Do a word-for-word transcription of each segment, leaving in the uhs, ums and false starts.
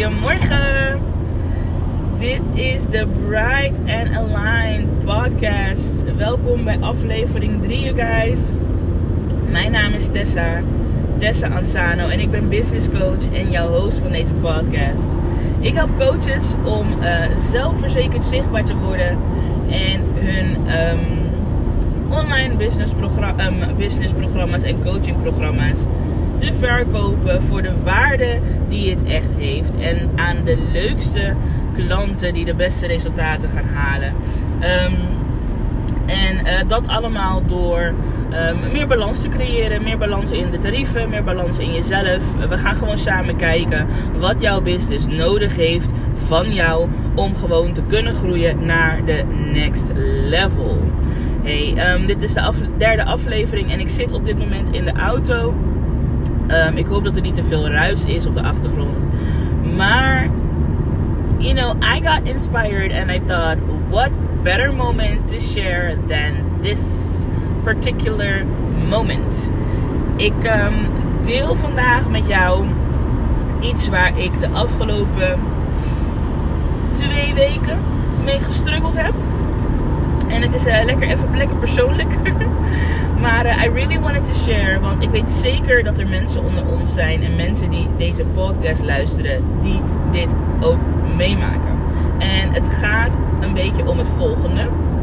Goedemorgen. Dit is de Bright and Aligned podcast. Welkom bij aflevering drie, you guys. Mijn naam is Tessa, Tessa Ansano en ik ben business coach en jouw host van deze podcast. Ik help coaches om uh, zelfverzekerd zichtbaar te worden en hun um, online businessprogramma, um, businessprogramma's en coachingprogramma's te verkopen voor de waarde die het echt heeft. En aan de leukste klanten die de beste resultaten gaan halen. Um, en uh, dat allemaal door um, meer balans te creëren. Meer balans in de tarieven. Meer balans in jezelf. We gaan gewoon samen kijken wat jouw business nodig heeft van jou om gewoon te kunnen groeien naar de next level. Hey, um, dit is de af- derde aflevering en ik zit op dit moment in de auto. Um, ik hoop dat er niet te veel ruis is op de achtergrond. Maar, you know, I got inspired and I thought, what better moment to share than this particular moment. Ik um, deel vandaag met jou iets waar ik de afgelopen twee weken mee gestruggeld heb. En het is uh, lekker even lekker persoonlijk. Maar uh, I really wanted to share. Want ik weet zeker dat er mensen onder ons zijn. En mensen die deze podcast luisteren. Die dit ook meemaken. En het gaat een beetje om het volgende.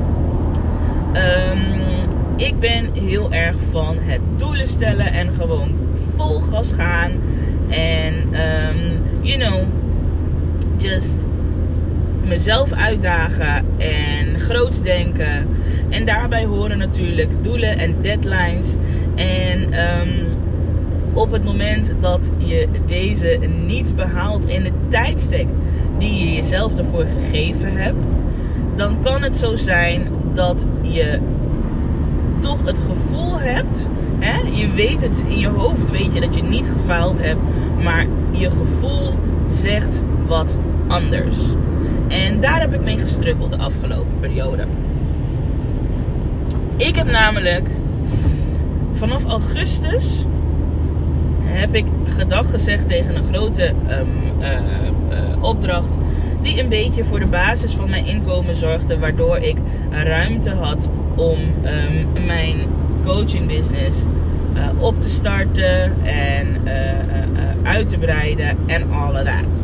Um, ik ben heel erg van het doelen stellen. En gewoon vol gas gaan. En um, you know. Just mezelf uitdagen en groots denken. En daarbij horen natuurlijk doelen en deadlines. En um, op het moment dat je deze niet behaalt in de tijdstek die je jezelf ervoor gegeven hebt, dan kan het zo zijn dat je toch het gevoel hebt, hè? Je weet het in je hoofd, weet je dat je niet gefaald hebt, maar je gevoel zegt wat anders. En daar heb ik mee gestruggeld de afgelopen periode. Ik heb namelijk vanaf augustus heb ik gedag gezegd tegen een grote um, uh, uh, opdracht die een beetje voor de basis van mijn inkomen zorgde, waardoor ik ruimte had om um, mijn coaching business uh, op te starten en uh, uh, uh, uit te breiden en all of that.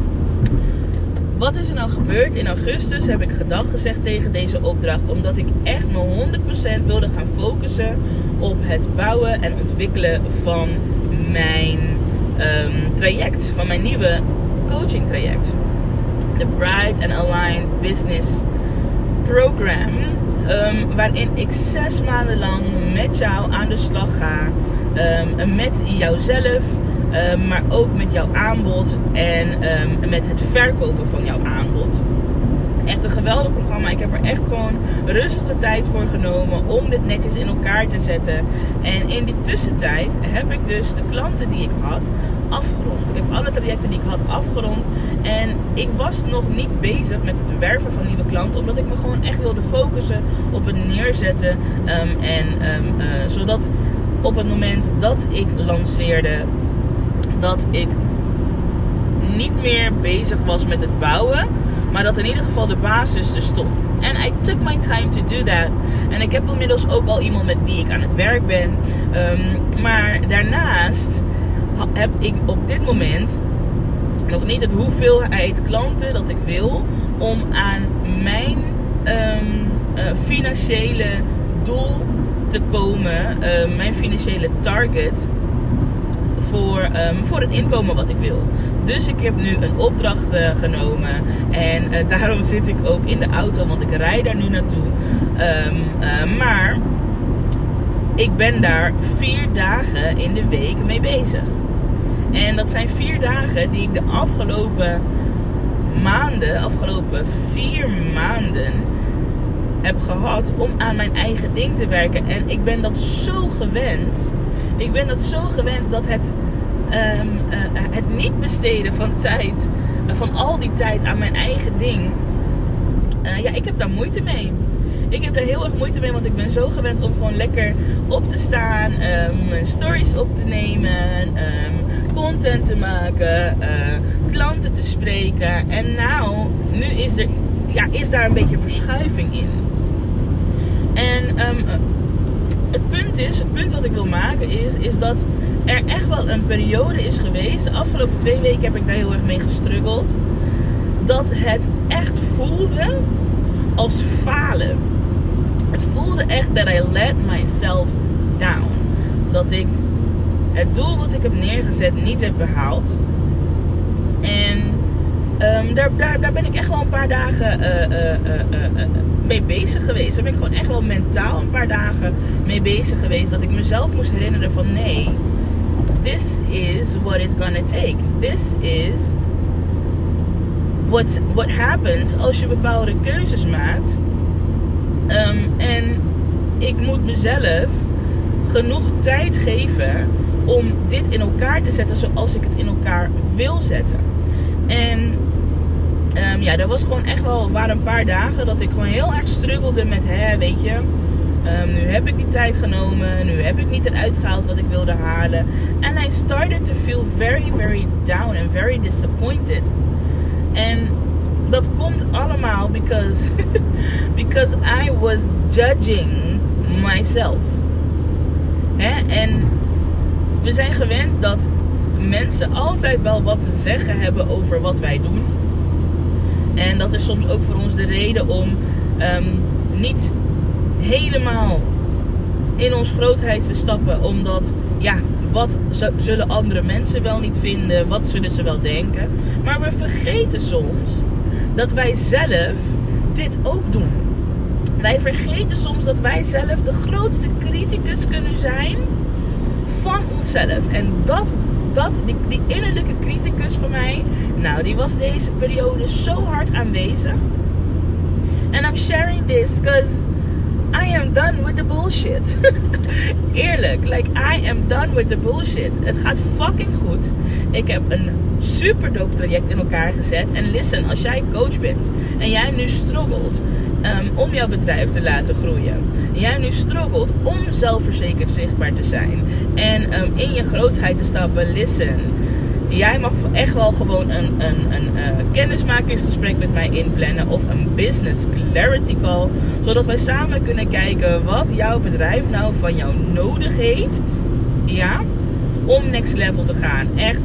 Wat is er nou gebeurd? In augustus heb ik gedag gezegd tegen deze opdracht. Omdat ik echt me honderd procent wilde gaan focussen op het bouwen en ontwikkelen van mijn um, traject. Van mijn nieuwe coaching traject. De Bright and Aligned Business Program. Um, waarin ik zes maanden lang met jou aan de slag ga. Um, met jouzelf. Uh, maar ook met jouw aanbod en um, met het verkopen van jouw aanbod. Echt een geweldig programma. Ik heb er echt gewoon rustig de tijd voor genomen om dit netjes in elkaar te zetten. En in die tussentijd heb ik dus de klanten die ik had afgerond. Ik heb alle trajecten die ik had afgerond. En ik was nog niet bezig met het werven van nieuwe klanten. Omdat ik me gewoon echt wilde focussen op het neerzetten. Um, en um, uh, zodat op het moment dat ik lanceerde, dat ik niet meer bezig was met het bouwen, maar dat in ieder geval de basis er stond. En I took my time to do that. En ik heb inmiddels ook al iemand met wie ik aan het werk ben. Um, maar daarnaast heb ik op dit moment nog niet het hoeveelheid klanten dat ik wil om aan mijn um, uh, financiële doel te komen. Uh, mijn financiële target. Voor, um, voor het inkomen wat ik wil. Dus ik heb nu een opdracht uh, genomen. En uh, daarom zit ik ook in de auto. Want ik rijd daar nu naartoe. Um, uh, maar ik ben daar vier dagen in de week mee bezig. En dat zijn vier dagen die ik de afgelopen maanden, afgelopen vier maanden heb gehad om aan mijn eigen ding te werken. En ik ben dat zo gewend. Ik ben dat zo gewend dat het, um, uh, het niet besteden van tijd, uh, van al die tijd aan mijn eigen ding. Uh, ja, ik heb daar moeite mee. Ik heb daar heel erg moeite mee, want ik ben zo gewend om gewoon lekker op te staan, um, stories op te nemen, um, content te maken, uh, klanten te spreken. En nou, nu is, er, ja, is daar een beetje verschuiving in. En um, het punt is, het punt wat ik wil maken is, is dat er echt wel een periode is geweest. De afgelopen twee weken heb ik daar heel erg mee gestruggeld. Dat het echt voelde als falen. Het voelde echt that I let myself down. Dat ik het doel wat ik heb neergezet niet heb behaald. En um, daar, daar, daar ben ik echt wel een paar dagen uh, uh, uh, uh, uh, mee bezig geweest. Daar ben ik gewoon echt wel mentaal een paar dagen mee bezig geweest. Dat ik mezelf moest herinneren van nee, this is what it's gonna take. This is what, what happens als je bepaalde keuzes maakt. Um, en ik moet mezelf genoeg tijd geven om dit in elkaar te zetten zoals ik het in elkaar wil zetten. En um, ja, dat was gewoon echt wel, waren een paar dagen dat ik gewoon heel erg struggelde met, hè, weet je, um, nu heb ik die tijd genomen, nu heb ik niet eruit gehaald wat ik wilde halen. And I started to feel very, very down and very disappointed. En dat komt allemaal because, because I was judging myself. Hè? En we zijn gewend dat mensen altijd wel wat te zeggen hebben over wat wij doen. En dat is soms ook voor ons de reden om um, niet helemaal in ons grootheid te stappen. Omdat, ja, wat zullen andere mensen wel niet vinden? Wat zullen ze wel denken? Maar we vergeten soms dat wij zelf dit ook doen. Wij vergeten soms dat wij zelf de grootste criticus kunnen zijn van onszelf. En dat, dat die, die innerlijke criticus van mij, nou, die was deze periode zo hard aanwezig. And I'm sharing this because I am done with the bullshit. Eerlijk, like I am done with the bullshit. Het gaat fucking goed. Ik heb een super dope traject in elkaar gezet. En listen, als jij coach bent en jij nu struggelt um, om jouw bedrijf te laten groeien. En jij nu struggelt om zelfverzekerd zichtbaar te zijn. En um, in je grootheid te stappen, listen. Jij mag echt wel gewoon een, een, een uh, kennismakingsgesprek met mij inplannen. Of een business clarity call. Zodat wij samen kunnen kijken wat jouw bedrijf nou van jou nodig heeft. Ja, om next level te gaan. Echt.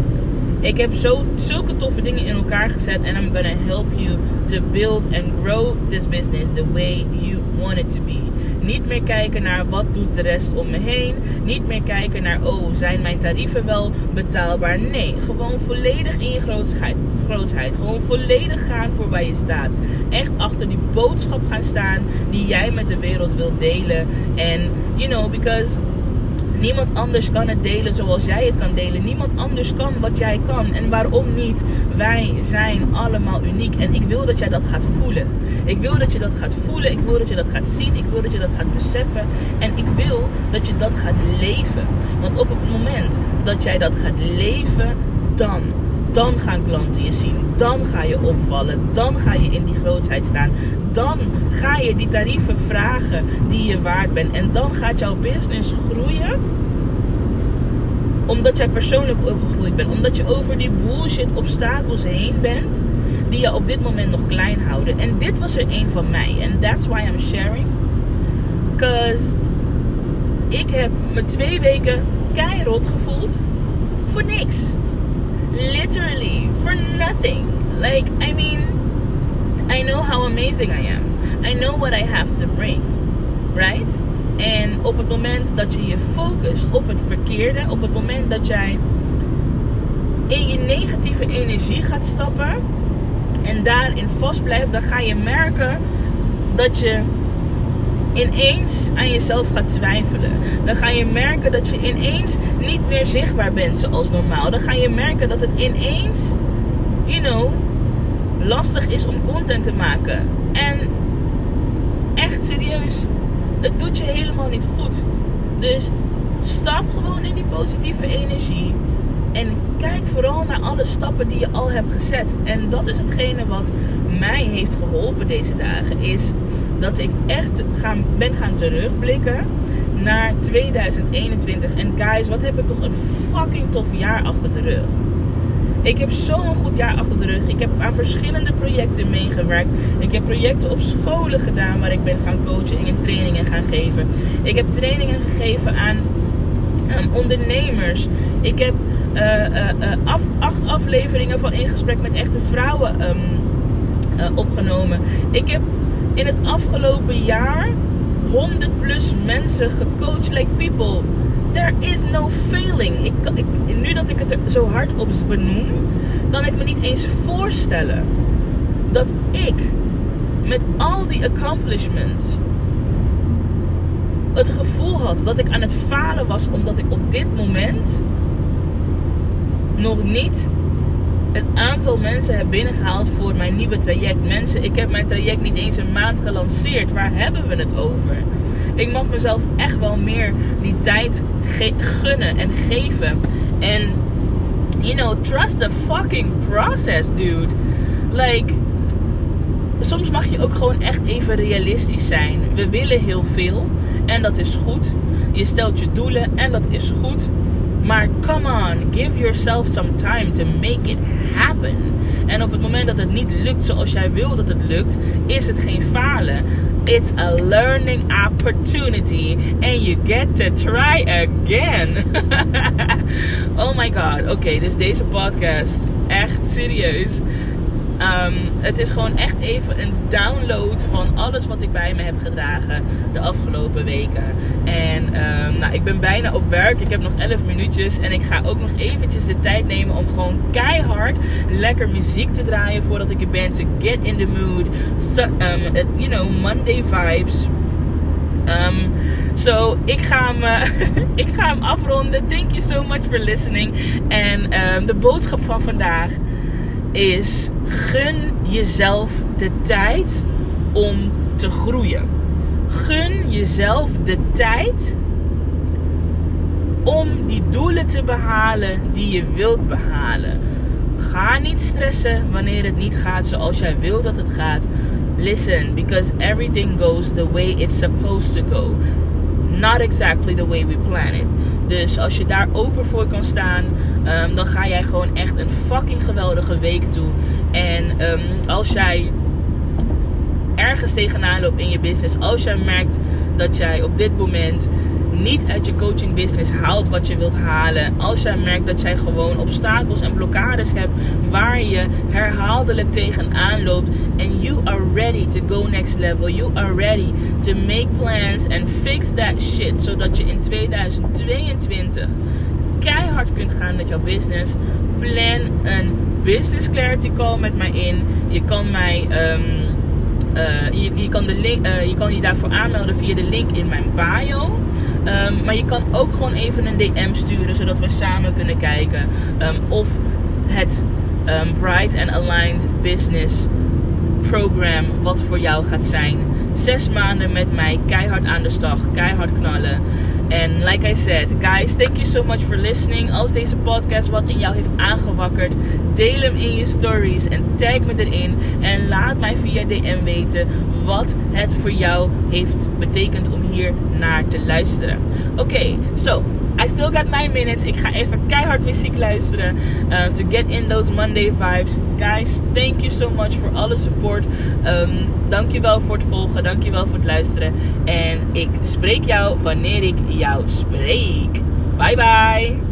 Ik heb zo, zulke toffe dingen in elkaar gezet. And I'm gonna help you to build and grow this business the way you want it to be. Niet meer kijken naar wat doet de rest om me heen. Niet meer kijken naar, oh, zijn mijn tarieven wel betaalbaar? Nee, gewoon volledig in je grootsheid. grootsheid. Gewoon volledig gaan voor waar je staat. Echt achter die boodschap gaan staan die jij met de wereld wilt delen. En, you know, because niemand anders kan het delen zoals jij het kan delen. Niemand anders kan wat jij kan. En waarom niet? Wij zijn allemaal uniek. En ik wil dat jij dat gaat voelen. Ik wil dat je dat gaat voelen. Ik wil dat je dat gaat zien. Ik wil dat je dat gaat beseffen. En ik wil dat je dat gaat leven. Want op het moment dat jij dat gaat leven, dan... Dan gaan klanten je zien. Dan ga je opvallen. Dan ga je in die grootheid staan. Dan ga je die tarieven vragen die je waard bent. En dan gaat jouw business groeien. Omdat jij persoonlijk ook gegroeid bent. Omdat je over die bullshit obstakels heen bent. Die je op dit moment nog klein houden. En dit was er een van mij. And that's why I'm sharing. Because ik heb me twee weken keirot gevoeld. Voor niks. Literally, for nothing. Like, I mean, I know how amazing I am. I know what I have to bring. Right? En op het moment dat je je focust op het verkeerde, op het moment dat jij in je negatieve energie gaat stappen en daarin vast blijft, dan ga je merken dat je ineens aan jezelf gaat twijfelen. Dan ga je merken dat je ineens niet meer zichtbaar bent zoals normaal. Dan ga je merken dat het ineens, you know, lastig is om content te maken. En echt serieus, het doet je helemaal niet goed. Dus stap gewoon in die positieve energie. En kijk vooral naar alle stappen die je al hebt gezet. En dat is hetgene wat mij heeft geholpen deze dagen. Is dat ik echt gaan, ben gaan terugblikken naar tweeduizend eenentwintig. En guys, wat heb ik toch een fucking tof jaar achter de rug. Ik heb zo'n goed jaar achter de rug. Ik heb aan verschillende projecten meegewerkt. Ik heb projecten op scholen gedaan waar ik ben gaan coachen en trainingen gaan geven. Ik heb trainingen gegeven aan um, ondernemers. Ik heb uh, uh, uh, af, acht afleveringen van In Gesprek met Echte Vrouwen um, uh, opgenomen. Ik heb in het afgelopen jaar honderd plus mensen gecoacht. Like people, there is no failing. Ik, ik, nu dat ik het er zo hard op benoem, kan ik me niet eens voorstellen dat ik met al die accomplishments het gevoel had dat ik aan het falen was, omdat ik op dit moment nog niet een aantal mensen heb binnengehaald voor mijn nieuwe traject. Mensen, ik heb mijn traject niet eens een maand gelanceerd. Waar hebben we het over? Ik mag mezelf echt wel meer die tijd ge- gunnen en geven. En, you know, trust the fucking process, dude. Like, soms mag je ook gewoon echt even realistisch zijn. We willen heel veel en dat is goed. Je stelt je doelen en dat is goed. Maar come on, give yourself some time to make it happen. En op het moment dat het niet lukt zoals jij wil dat het lukt, is het geen falen. It's a learning opportunity. And you get to try again. Oh my god. Oké, okay, dus deze podcast, echt serieus. Um, het is gewoon echt even een download van alles wat ik bij me heb gedragen de afgelopen weken. En um, nou, ik ben bijna op werk. Ik heb nog elf minuutjes. En ik ga ook nog eventjes de tijd nemen om gewoon keihard lekker muziek te draaien voordat ik er ben. To get in the mood. So, um, you know, Monday vibes. Um, so, ik ga, hem, uh, ik ga hem afronden. Thank you so much for listening. En um, de boodschap van vandaag is: gun jezelf de tijd om te groeien. Gun jezelf de tijd om die doelen te behalen die je wilt behalen. Ga niet stressen wanneer het niet gaat zoals jij wil dat het gaat. Listen, because everything goes the way it's supposed to go. Not exactly the way we plan it. Dus als je daar open voor kan staan, um, dan ga jij gewoon echt een fucking geweldige week toe. En um, als jij ergens tegenaan loopt in je business, als jij merkt dat jij op dit moment niet uit je coaching business haalt wat je wilt halen, als jij merkt dat jij gewoon obstakels en blokkades hebt waar je herhaaldelijk tegenaan loopt, and you are ready to go next level, you are ready to make plans and fix that shit, zodat je in tweeduizend tweeëntwintig keihard kunt gaan met jouw business, plan een business clarity call met mij in. Je kan mij um, Uh, je, je, kan de link, uh, je kan je daarvoor aanmelden via de link in mijn bio. Um, maar je kan ook gewoon even een D M sturen, zodat we samen kunnen kijken um, of het um, Bright and Aligned Business Program wat voor jou gaat zijn. Zes maanden met mij, keihard aan de slag, keihard knallen. En like I said, guys, thank you so much for listening. Als deze podcast wat in jou heeft aangewakkerd, deel hem in je stories en tag me erin. En laat mij via D M weten wat het voor jou heeft betekend om hier naar te luisteren. Oké, okay, so I still got nine minutes. Ik ga even keihard muziek luisteren. Uh, to get in those Monday vibes. Guys, thank you so much for alle support. Um, dankjewel voor het volgen. Dankjewel voor het luisteren. En ik spreek jou wanneer ik jou spreek. Bye bye.